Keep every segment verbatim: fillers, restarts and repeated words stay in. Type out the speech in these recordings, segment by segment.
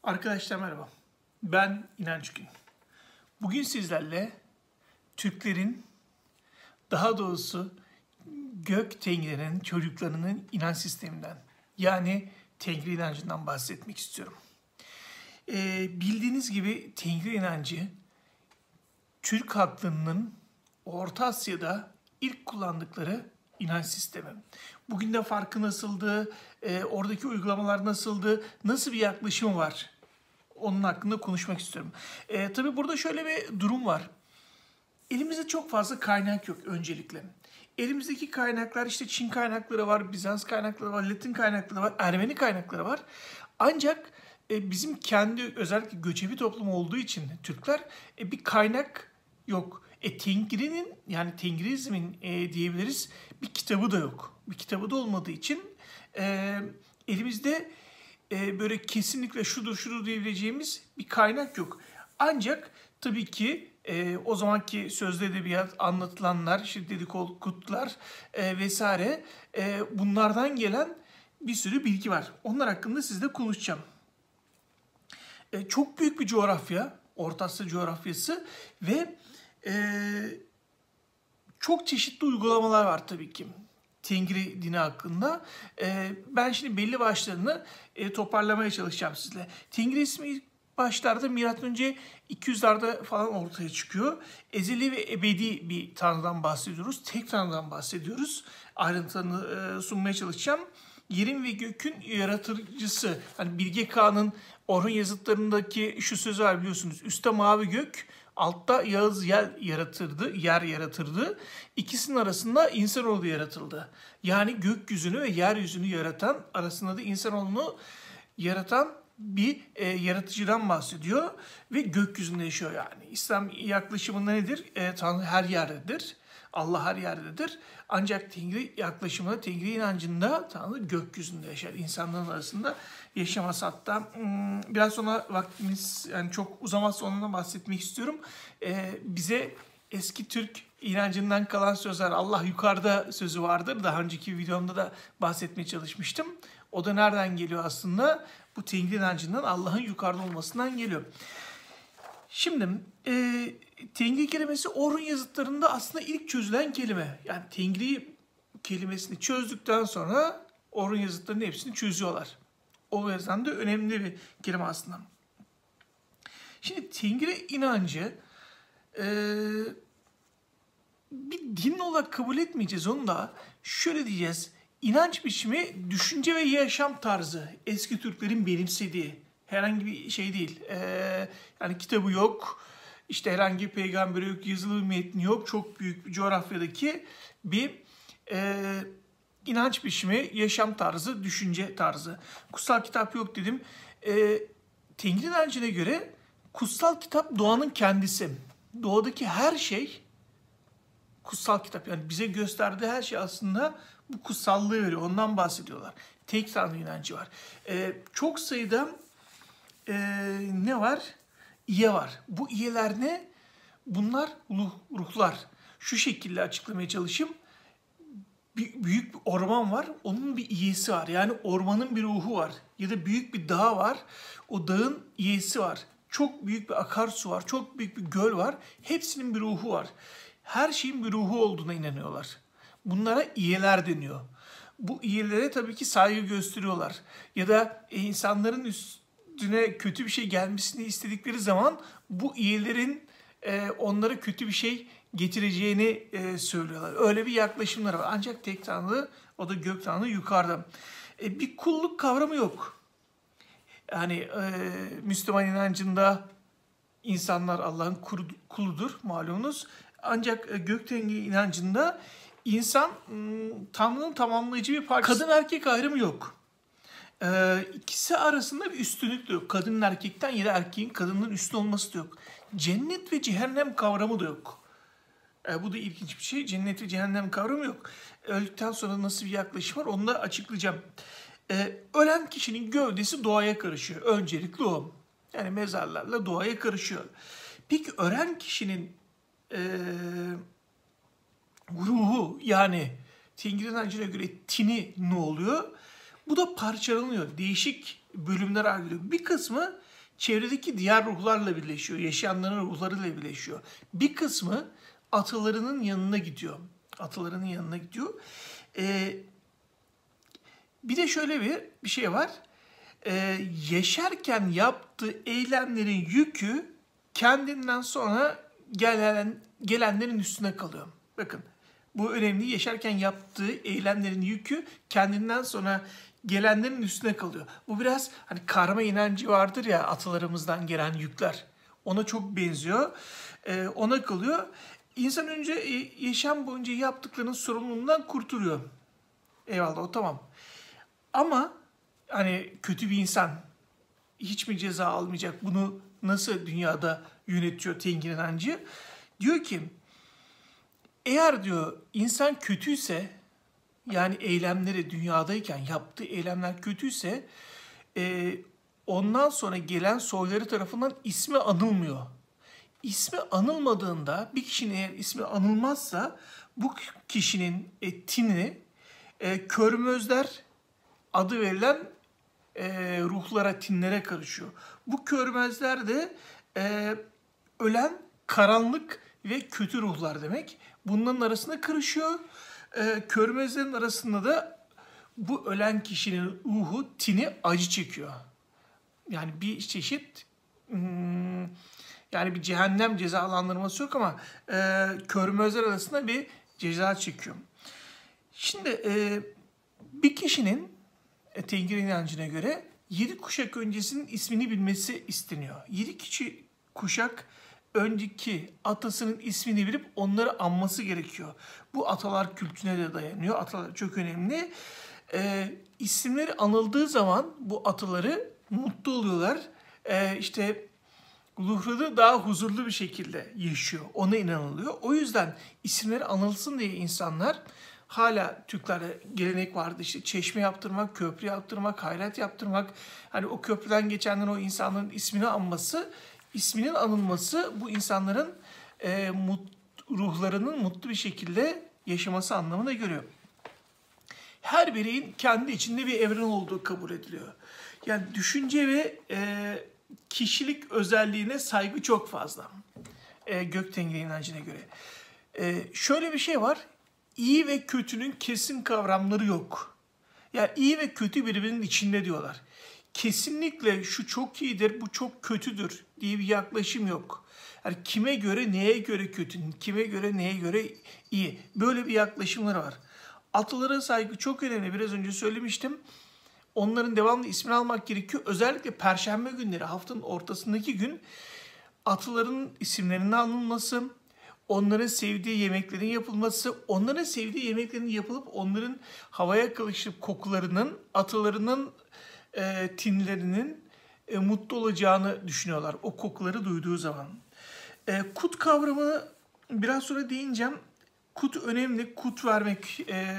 Arkadaşlar merhaba. Ben İnanç Gün. Bugün sizlerle Türklerin, daha doğrusu gök tengrinin çocuklarının inanç sisteminden, yani Tengri inancından bahsetmek istiyorum. Ee, bildiğiniz gibi Tengri inancı Türk halklarının Orta Asya'da ilk kullandıkları inanç sistemi. Bugün de farkı nasıldı, e, oradaki uygulamalar nasıldı, nasıl bir yaklaşım var? Onun hakkında konuşmak istiyorum. E, tabii burada şöyle bir durum var. Elimizde çok fazla kaynak yok öncelikle. Elimizdeki kaynaklar işte Çin kaynakları var, Bizans kaynakları var, Latin kaynakları var, Ermeni kaynakları var. Ancak e, bizim kendi özellikle göçebe toplum olduğu için Türkler e, bir kaynak yok. E, Tengri'nin yani Tengrizmin e, diyebiliriz bir kitabı da yok. Bir kitabı da olmadığı için e, elimizde e, böyle kesinlikle şudur şudur diyebileceğimiz bir kaynak yok. Ancak tabii ki e, o zamanki sözlü edebiyat anlatılanlar, işte dedikodular e, vesaire e, bunlardan gelen bir sürü bilgi var. Onlar hakkında sizle konuşacağım. E, çok büyük bir coğrafya, Orta Asya coğrafyası ve e, çok çeşitli uygulamalar var tabii ki Tengri dini hakkında. E, ben şimdi belli başlarını e, toparlamaya çalışacağım sizle. Tengri ismi ilk başlarda milattan önce iki yüzlerde falan ortaya çıkıyor. Ezeli ve ebedi bir tanrıdan bahsediyoruz. Tek tanrıdan bahsediyoruz. Ayrıntılarını e, sunmaya çalışacağım. Yerin ve gökün yaratıcısı. Hani Bilge Kağan'ın Orhun yazıtlarındaki şu sözü var biliyorsunuz. Üste mavi gök, altta Yağız yer yaratırdı, yer yaratırdı. İkisinin arasında insanoğlu yaratıldı. Yani gökyüzünü ve yeryüzünü yaratan, arasında da insanoğlunu yaratan bir e, yaratıcıdan bahsediyor ve gökyüzünde yaşıyor yani. İslam yaklaşımında nedir? E, Tanrı her yerdedir. Allah her yerdedir. Ancak Tengri yaklaşımında, Tengri inancında Tanrı gökyüzünde yaşar. İnsanların arasında yaşamaz. Hatta hmm, biraz sonra vaktimiz yani çok uzamazsa ondan bahsetmek istiyorum. Ee, bize eski Türk inancından kalan sözler, Allah yukarıda sözü vardır. Daha önceki videomda da bahsetmeye çalışmıştım. O da nereden geliyor aslında? Bu Tengri inancından, Allah'ın yukarıda olmasından geliyor. Şimdi e, Tengri kelimesi Orhun yazıtlarında aslında ilk çözülen kelime. Yani Tengri kelimesini çözdükten sonra Orhun yazıtlarının hepsini çözüyorlar. O yüzden de önemli bir kelime aslında. Şimdi Tengri inancı e, bir din olarak kabul etmeyeceğiz onu da. Şöyle diyeceğiz. İnanç biçimi, düşünce ve yaşam tarzı. Eski Türklerin benimsediği. Herhangi bir şey değil. Ee, yani kitabı yok. İşte herhangi bir peygamber yok. Yazılı bir metni yok. Çok büyük bir coğrafyadaki bir e, inanç biçimi, yaşam tarzı, düşünce tarzı. Kutsal kitap yok dedim. E, Tengri inancına göre kutsal kitap doğanın kendisi. Doğadaki her şey kutsal kitap. Yani bize gösterdiği her şey aslında bu kutsallığı veriyor. Ondan bahsediyorlar. Tek Tanrı inancı var. E, çok sayıda e, ne var? İye var. Bu iyeler ne? Bunlar ruh, ruhlar. Şu şekilde açıklamaya çalışayım. Bir, büyük bir orman var. Onun bir iyesi var. Yani ormanın bir ruhu var. Ya da büyük bir dağ var. O dağın iyesi var. Çok büyük bir akarsu var. Çok büyük bir göl var. Hepsinin bir ruhu var. Her şeyin bir ruhu olduğuna inanıyorlar. Bunlara iyeler deniyor. Bu iyelere tabii ki saygı gösteriyorlar. Ya da insanların üstüne kötü bir şey gelmesini istedikleri zaman bu iyelerin e, onlara kötü bir şey getireceğini e, söylüyorlar. Öyle bir yaklaşımları var. Ancak tek Tanrı, o da gök Tanrı yukarıda. E, bir kulluk kavramı yok. Yani e, Müslüman inancında insanlar Allah'ın kuludur malumunuz. Ancak e, gök Tengri inancında insan Tanrı'nın tamamlayıcı bir parçası. Kadın erkek ayrımı yok. Ee, ikisi arasında bir üstünlük de yok. Kadının erkekten ya da erkeğin kadının üstün olması da yok. Cennet ve cehennem kavramı da yok. Ee, bu da ilginç bir şey. Cennet ve cehennem kavramı yok. Öldükten sonra nasıl bir yaklaşım var onu da açıklayacağım. Ee, ölen kişinin gövdesi doğaya karışıyor. Öncelikle o. Yani mezarlarla doğaya karışıyor. Peki ölen kişinin Ee, ruhu yani Tengri inancına göre tini ne oluyor? Bu da parçalanıyor. Değişik bölümler ayrılıyor. Bir kısmı çevredeki diğer ruhlarla birleşiyor. Yaşayanların ruhlarıyla birleşiyor. Bir kısmı atalarının yanına gidiyor. Atalarının yanına gidiyor. Ee, bir de şöyle bir, bir şey var. Ee, yaşarken yaptığı eylemlerin yükü kendinden sonra gelen, gelenlerin üstüne kalıyor. Bakın bu önemli. Yaşarken yaptığı eylemlerin yükü kendinden sonra gelenlerin üstüne kalıyor. Bu biraz hani karma inancı vardır ya, atalarımızdan gelen yükler. Ona çok benziyor. Ee, ona kalıyor. İnsan önce yaşam boyunca yaptıklarının sorumluluğundan kurtuluyor. Eyvallah, o tamam. Ama hani kötü bir insan hiç mi ceza almayacak? Bunu nasıl dünyada yönetiyor Tengri inancı? Diyor ki eğer diyor insan kötüyse, yani eylemleri dünyadayken yaptığı eylemler kötüyse e, ondan sonra gelen soyları tarafından ismi anılmıyor. İsmi anılmadığında, bir kişinin eğer ismi anılmazsa bu kişinin e, tini e, körmözler adı verilen e, ruhlara, tinlere karışıyor. Bu körmezler de e, ölen karanlık ve kötü ruhlar demek. Bunların arasında karışıyor. E, körmezlerin arasında da bu ölen kişinin ruhu, tini acı çekiyor. Yani bir çeşit hmm, yani bir cehennem cezalandırması yok ama e, körmezler arasında bir ceza çekiyor. Şimdi e, bir kişinin e, Tengri inancına göre yedi kuşak öncesinin ismini bilmesi isteniyor. Yedi kişi kuşak önceki atasının ismini bilip onları anması gerekiyor. Bu atalar kültüne de dayanıyor. Atalar çok önemli. E, isimleri anıldığı zaman bu ataları mutlu oluyorlar. E, işte ruhları daha huzurlu bir şekilde yaşıyor. Ona inanılıyor. O yüzden isimleri anılsın diye insanlar, hala Türklerde gelenek vardı, işte çeşme yaptırmak, köprü yaptırmak, hayrat yaptırmak. Hani o köprüden geçenlerin, o insanların ismini anması, isminin anılması bu insanların e, mut, ruhlarının mutlu bir şekilde yaşaması anlamına geliyor. Her bireyin kendi içinde bir evren olduğu kabul ediliyor. Yani düşünce ve e, kişilik özelliğine saygı çok fazla. E, Göktengri inancına göre. E, şöyle bir şey var. İyi ve kötünün kesin kavramları yok. Yani iyi ve kötü birbirinin içinde diyorlar. Kesinlikle şu çok iyidir, bu çok kötüdür diye bir yaklaşım yok. Yani kime göre, neye göre kötü, kime göre, neye göre iyi. Böyle bir yaklaşımlar var. Atalara saygı çok önemli. Biraz önce söylemiştim. Onların devamlı ismini almak gerekiyor. Özellikle Perşembe günleri, haftanın ortasındaki gün ataların isimlerinin anılması, onların sevdiği yemeklerin yapılması, onların sevdiği yemeklerin yapılıp onların havaya karışıp kokularının, atalarının e, tinlerinin e, mutlu olacağını düşünüyorlar o kokuları duyduğu zaman. E, kut kavramı biraz sonra değineceğim. Kut önemli. Kut vermek, e,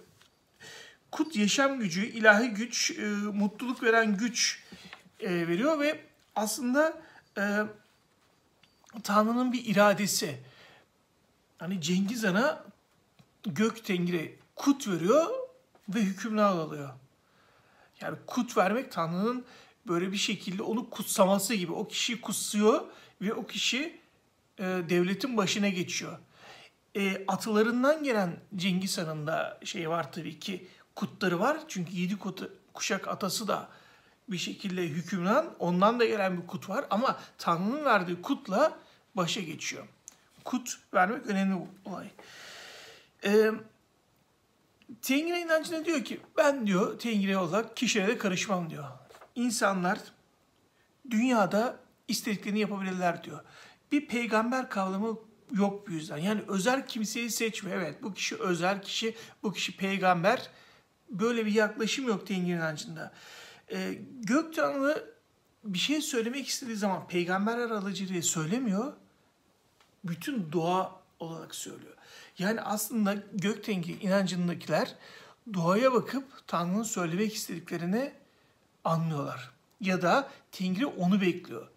kut yaşam gücü, ilahi güç, e, mutluluk veren güç e, veriyor ve aslında e, Tanrı'nın bir iradesi. Hani Cengiz Han'a Gök Tengri kut veriyor ve hükümler alıyor. Yani kut vermek Tanrı'nın böyle bir şekilde onu kutsaması gibi. O kişiyi kutsuyor ve o kişi e, devletin başına geçiyor. E, atalarından gelen Cengiz Han'ın da şey var tabii ki, kutları var. Çünkü yedi kuşak atası da bir şekilde hükümran, ondan da gelen bir kut var. Ama Tanrı'nın verdiği kutla başa geçiyor. Kut vermek önemli bir olay. Ee, Tengri inancına diyor ki, ben diyor Tengri olarak kişilere karışmam diyor. İnsanlar dünyada istediklerini yapabilirler diyor. Bir peygamber kavramı yok bu yüzden. Yani özel kimseyi seçmiyor. Evet, bu kişi özel kişi, bu kişi peygamber. Böyle bir yaklaşım yok Tengri inancında. Ee, Gök Tanrı bir şey söylemek istediği zaman peygamberler aracılığıyla söylemiyor. Bütün doğa olarak söylüyor. Yani aslında Gök Tengri inancındakiler doğaya bakıp Tanrı'nın söylemek istediklerini anlıyorlar. Ya da Tengri onu bekliyor.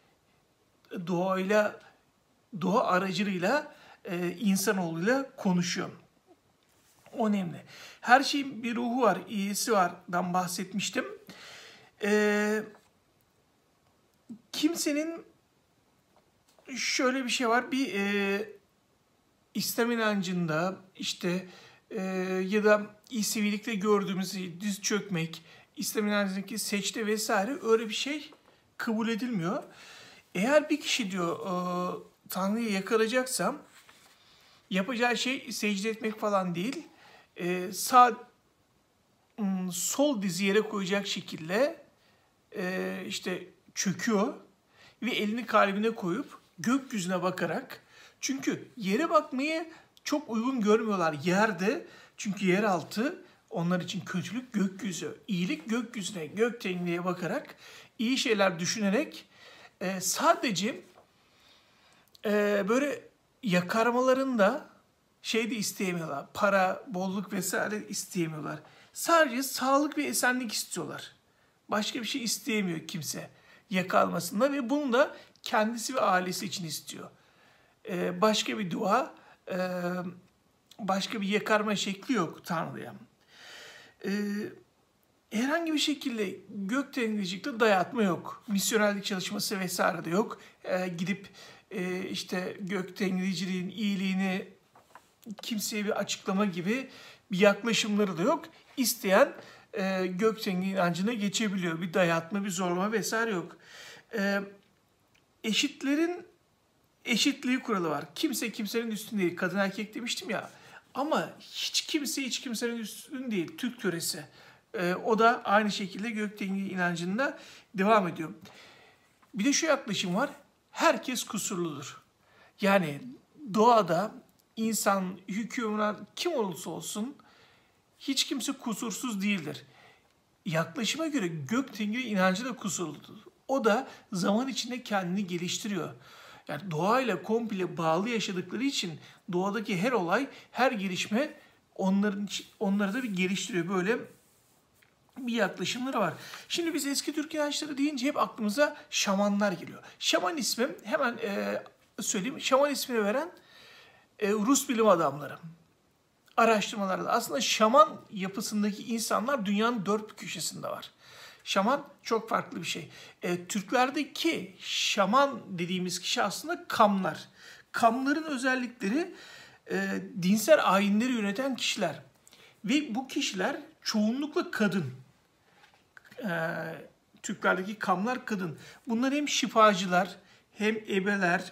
Doğayla, doğa aracılığıyla e, insanoğluyla konuşuyor. Önemli. Her şeyin bir ruhu var, iyisi vardan bahsetmiştim. Ee, kimsenin şöyle bir şey var. Bir e, İslam inancında işte e, ya da İsevilikte gördüğümüz diz çökmek, İslam inancındaki secde vesaire öyle bir şey kabul edilmiyor. Eğer bir kişi diyor e, Tanrı'ya yakalayacaksam yapacağı şey secde etmek falan değil. E, sağ sol dizi yere koyacak şekilde e, işte çöküyor ve elini kalbine koyup gökyüzüne bakarak, çünkü yere bakmayı çok uygun görmüyorlar yerde, çünkü yeraltı onlar için kötülük, gökyüzü, iyilik gökyüzüne, gök tengliğe bakarak, iyi şeyler düşünerek e, sadece e, böyle yakarmalarında şey de isteyemiyorlar, para, bolluk vesaire isteyemiyorlar. Sadece sağlık ve esenlik istiyorlar. Başka bir şey isteyemiyor kimse yakalmasında ve bunu da kendisi ve ailesi için istiyor. Ee, başka bir dua, e, başka bir yakarma şekli yok Tanrı'ya. Ee, herhangi bir şekilde gökdelenicilikte dayatma yok. Misyonerlik çalışması vesaire de yok. Ee, gidip e, işte gökdeleniciliğin iyiliğini kimseye bir açıklama gibi bir yaklaşımları da yok. İsteyen e, gökdelen inancına geçebiliyor. Bir dayatma, bir zorlama vesaire yok. E, eşitlerin eşitliği kuralı var. Kimse kimsenin üstün değil. Kadın erkek demiştim ya. Ama hiç kimse hiç kimsenin üstün değil. Türk töresi. E, o da aynı şekilde gökdelen inancında devam ediyor. Bir de şu yaklaşım var. Herkes kusurludur. Yani doğada insan, hükümran kim olursa olsun hiç kimse kusursuz değildir. Yaklaşıma göre gök tengri inancı da kusurludur. O da zaman içinde kendini geliştiriyor. Yani doğayla komple bağlı yaşadıkları için doğadaki her olay, her gelişme onların onları da bir geliştiriyor. Böyle bir yaklaşımları var. Şimdi biz eski Türk inançları deyince hep aklımıza şamanlar geliyor. Şaman ismi hemen e, söyleyeyim. Şaman ismini veren e, Rus bilim adamları. Araştırmalarda aslında şaman yapısındaki insanlar dünyanın dört bir köşesinde var. Şaman çok farklı bir şey. E, Türklerdeki şaman dediğimiz kişi aslında kamlar. Kamların özellikleri e, dinsel ayinleri yöneten kişiler. Ve bu kişiler çoğunlukla kadın. E, Türklerdeki kamlar kadın. Bunlar hem şifacılar, hem ebeler,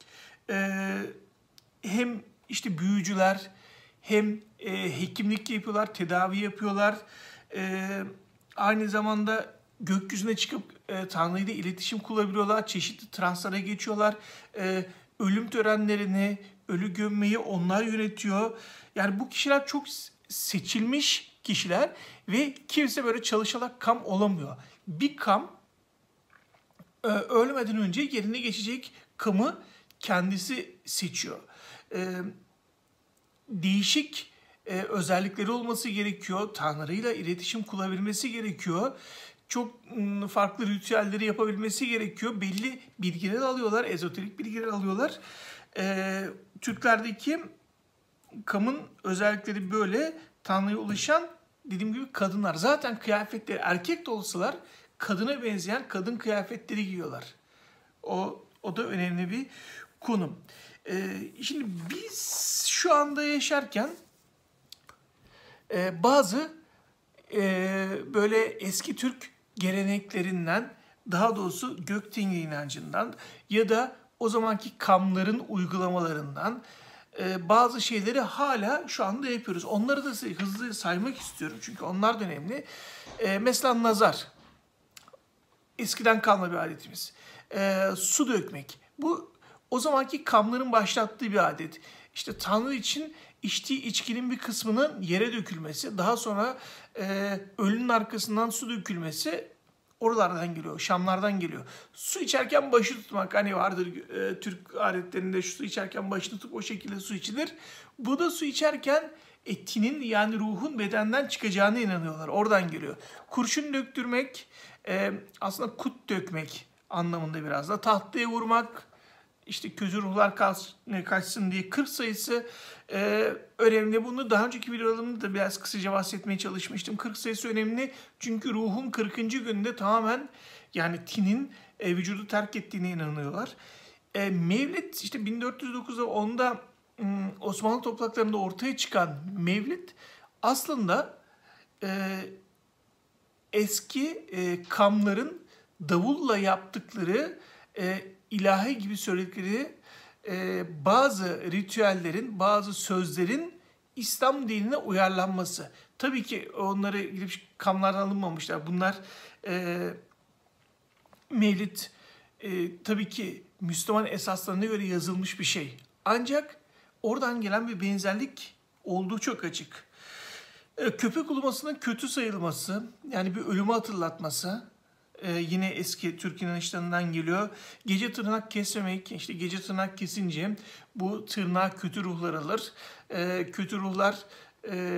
e, hem işte büyücüler, hem e, hekimlik yapıyorlar, tedavi yapıyorlar. E, aynı zamanda gökyüzüne çıkıp e, Tanrı ile iletişim kurabiliyorlar. Çeşitli translara geçiyorlar. E, ölüm törenlerini, ölü gömmeyi onlar yönetiyor. Yani bu kişiler çok seçilmiş kişiler ve kimse böyle çalışarak kam olamıyor. Bir kam e, ölmeden önce yerine geçecek kamı kendisi seçiyor. E, değişik e, özellikleri olması gerekiyor. Tanrı'yla iletişim kurabilmesi gerekiyor. Çok m, farklı ritüelleri yapabilmesi gerekiyor. Belli bilgiler alıyorlar, ezoterik bilgiler alıyorlar. E, Türklerdeki kamın özellikleri böyle. Tanrı'ya ulaşan dediğim gibi kadınlar. Zaten kıyafetleri erkek de olsalar kadına benzeyen kadın kıyafetleri giyiyorlar. O, o da önemli bir konu. Ee, şimdi biz şu anda yaşarken e, bazı e, böyle eski Türk geleneklerinden, daha doğrusu göktengri inancından ya da o zamanki kamların uygulamalarından e, bazı şeyleri hala şu anda yapıyoruz. Onları da hızlı saymak istiyorum çünkü onlar da önemli. E, mesela nazar. Eskiden kalma bir adetimiz. E, su dökmek. Bu o zamanki kamların başlattığı bir adet. İşte Tanrı için içtiği içkinin bir kısmının yere dökülmesi, daha sonra e, ölünün arkasından su dökülmesi oralardan geliyor, Şamlardan geliyor. Su içerken başı tutmak, hani vardır e, Türk adetlerinde şu su içerken başını tutup o şekilde su içilir. Bu da su içerken etinin yani ruhun bedenden çıkacağına inanıyorlar. Oradan geliyor. Kurşun döktürmek, e, aslında kut dökmek anlamında biraz da. Tahtaya vurmak, işte kötü ruhlar kaç, kaçsın diye kırk sayısı e, önemli. Bunu daha önceki videolarımda da biraz kısaca bahsetmeye çalışmıştım. kırk sayısı önemli çünkü ruhun kırkıncı gününde tamamen yani tinin e, vücudu terk ettiğine inanıyorlar. E, Mevlid işte bin dört yüz dokuzda onda Osmanlı topraklarında ortaya çıkan Mevlid aslında e, eski e, kamların davulla yaptıkları e, ilahi gibi söyledikleri e, bazı ritüellerin, bazı sözlerin İslam dinine uyarlanması. Tabii ki onları gidip kamlardan alınmamışlar. Bunlar e, Mevlid e, tabii ki Müslüman esaslarına göre yazılmış bir şey. Ancak oradan gelen bir benzerlik olduğu çok açık. E, köpek ulumasının kötü sayılması, yani bir ölümü hatırlatması, e, yine eski Türk inanışlarından geliyor. Gece tırnak kesmemek, işte gece tırnak kesince bu tırnağa kötü ruhlar alır. E, kötü ruhlar e,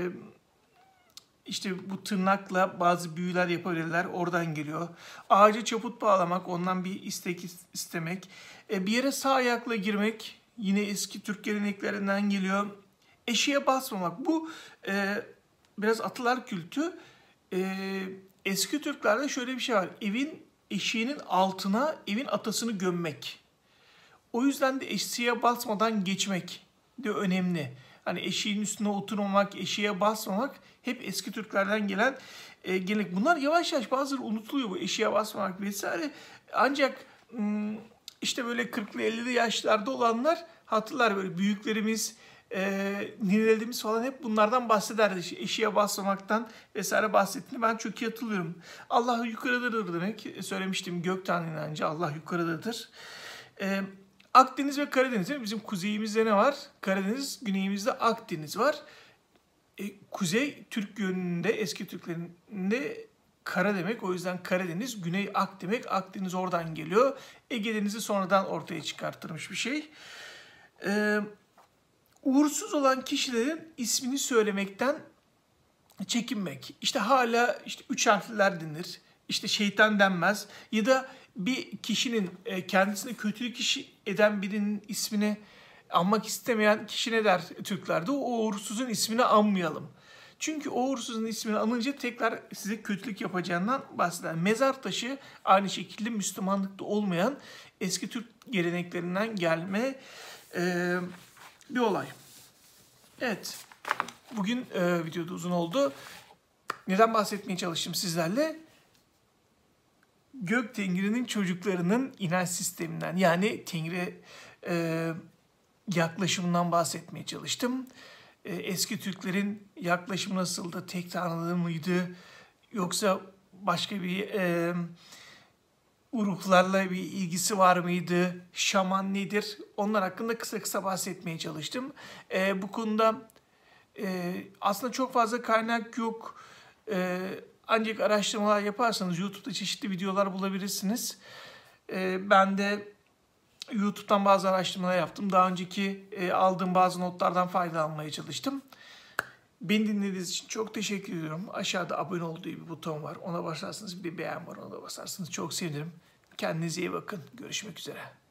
işte bu tırnakla bazı büyüler yapabilirler, oradan geliyor. Ağaca çaput bağlamak, ondan bir istek istemek. E, bir yere sağ ayakla girmek, yine eski Türk geleneklerinden geliyor. Eşiğe basmamak, bu e, biraz atalar kültü. E, eski Türklerde şöyle bir şey var, evin eşiğinin altına evin atasını gömmek. O yüzden de eşiğe basmadan geçmek de önemli. Hani eşiğin üstüne oturmamak, eşiğe basmamak hep eski Türklerden gelen e, gelenek. Bunlar yavaş yavaş bazıları unutuluyor, bu eşiğe basmamak vesaire. Ancak işte böyle kırklı ellili yaşlarda olanlar hatırlar, böyle büyüklerimiz, e, ninelerimiz falan hep bunlardan bahsederdi. İşte eşiğe basmamaktan vesaire bahsettiğini ben çok iyi hatırlıyorum. Allah yukarıdadır demek, söylemiştim, gök tanrı inancı, Allah yukarıdadır. E, Akdeniz ve Karadeniz değil mi? Bizim kuzeyimizde ne var? Karadeniz, güneyimizde Akdeniz var. E, kuzey Türk yönünde, eski Türklerinde kara demek. O yüzden Karadeniz, güney Ak demek. Akdeniz oradan geliyor. Ege Denizi sonradan ortaya çıkartılmış bir şey. E, uğursuz olan kişilerin ismini söylemekten çekinmek. İşte hala işte üç harfliler denir. İşte şeytan denmez. Ya da bir kişinin kendisine kötülük işi eden birinin ismini anmak istemeyen kişi ne der Türklerde? O uğursuzun ismini anmayalım. Çünkü o uğursuzun ismini anınca tekrar size kötülük yapacağından bahseder. Mezar taşı aynı şekilde Müslümanlıkta olmayan eski Türk geleneklerinden gelme e, bir olay. Evet, bugün e, videoda uzun oldu. Neden bahsetmeye çalıştım sizlerle? Gök Tengri'nin çocuklarının inanç sisteminden, yani Tengri e, yaklaşımından bahsetmeye çalıştım. E, eski Türklerin yaklaşımı nasıldı? Tek tanrılı mıydı? Yoksa başka bir e, ruhlarla bir ilgisi var mıydı? Şaman nedir? Onlar hakkında kısa kısa bahsetmeye çalıştım. E, bu konuda e, aslında çok fazla kaynak yok. E, Ancak araştırmalar yaparsanız YouTube'da çeşitli videolar bulabilirsiniz. Ee, ben de YouTube'dan bazı araştırmalar yaptım. Daha önceki e, aldığım bazı notlardan faydalanmaya çalıştım. Beni dinlediğiniz için çok teşekkür ediyorum. Aşağıda abone ol diye bir buton var. Ona basarsınız, bir de beğen var, ona da basarsınız. Çok sevinirim. Kendinize iyi bakın. Görüşmek üzere.